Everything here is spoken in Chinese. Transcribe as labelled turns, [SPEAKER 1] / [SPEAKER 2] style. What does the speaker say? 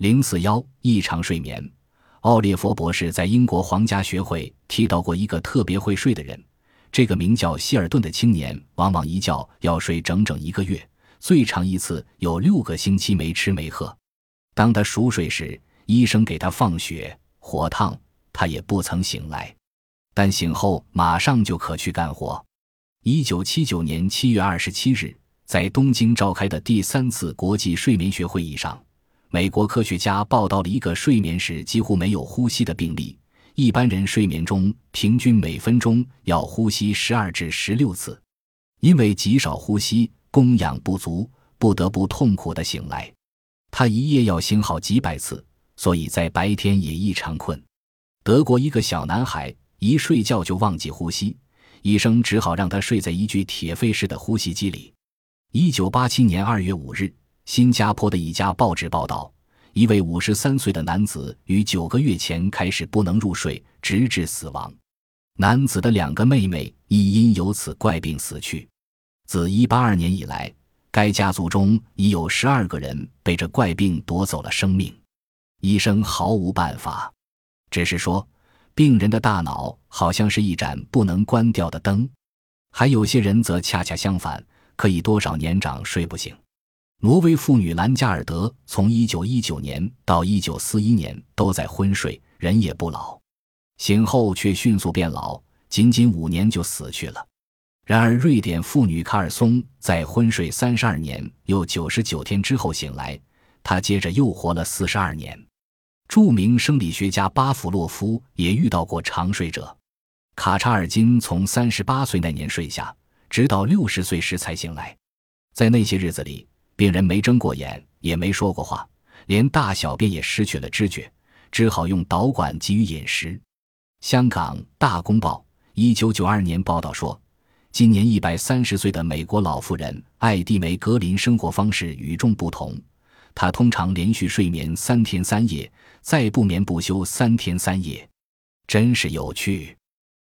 [SPEAKER 1] 041异常睡眠。奥列佛博士在英国皇家学会提到过一个特别会睡的人，这个名叫希尔顿的青年往往一觉要睡整整1个月，最长一次有6个星期没吃没喝。当他熟睡时，医生给他放血火烫，他也不曾醒来，但醒后马上就可去干活。1979年7月27日，在东京召开的第3次国际睡眠学会议上，美国科学家报道了一个睡眠时几乎没有呼吸的病例。一般人睡眠中平均每分钟要呼吸12至16次，因为极少呼吸，供氧不足，不得不痛苦地醒来。他一夜要醒好几百次，所以在白天也异常困。德国一个小男孩一睡觉就忘记呼吸，医生只好让他睡在一具铁肺式的呼吸机里。1987年2月5日，新加坡的一家报纸报道，一位53岁的男子于9个月前开始不能入睡，直至死亡。男子的2个妹妹亦因有此怪病死去。自182年以来，该家族中已有12个人被这怪病夺走了生命。医生毫无办法，只是说病人的大脑好像是一盏不能关掉的灯。还有些人则恰恰相反，可以多少年长睡不醒。挪威妇女兰加尔德从1919年到1941年都在昏睡，人也不老，醒后却迅速变老，仅仅5年就死去了。然而瑞典妇女卡尔松在昏睡32年又99天之后醒来，她接着又活了42年。著名生理学家巴甫洛夫也遇到过长睡者。卡查尔金从38岁那年睡下，直到60岁时才醒来。在那些日子里，病人没睁过眼，也没说过话，连大小便也失去了知觉，只好用导管给予饮食。香港《大公报》1992年报道说，今年130岁的美国老妇人艾蒂梅格林生活方式与众不同，她通常连续睡眠3天3夜，再不眠不休3天3夜。真是有趣。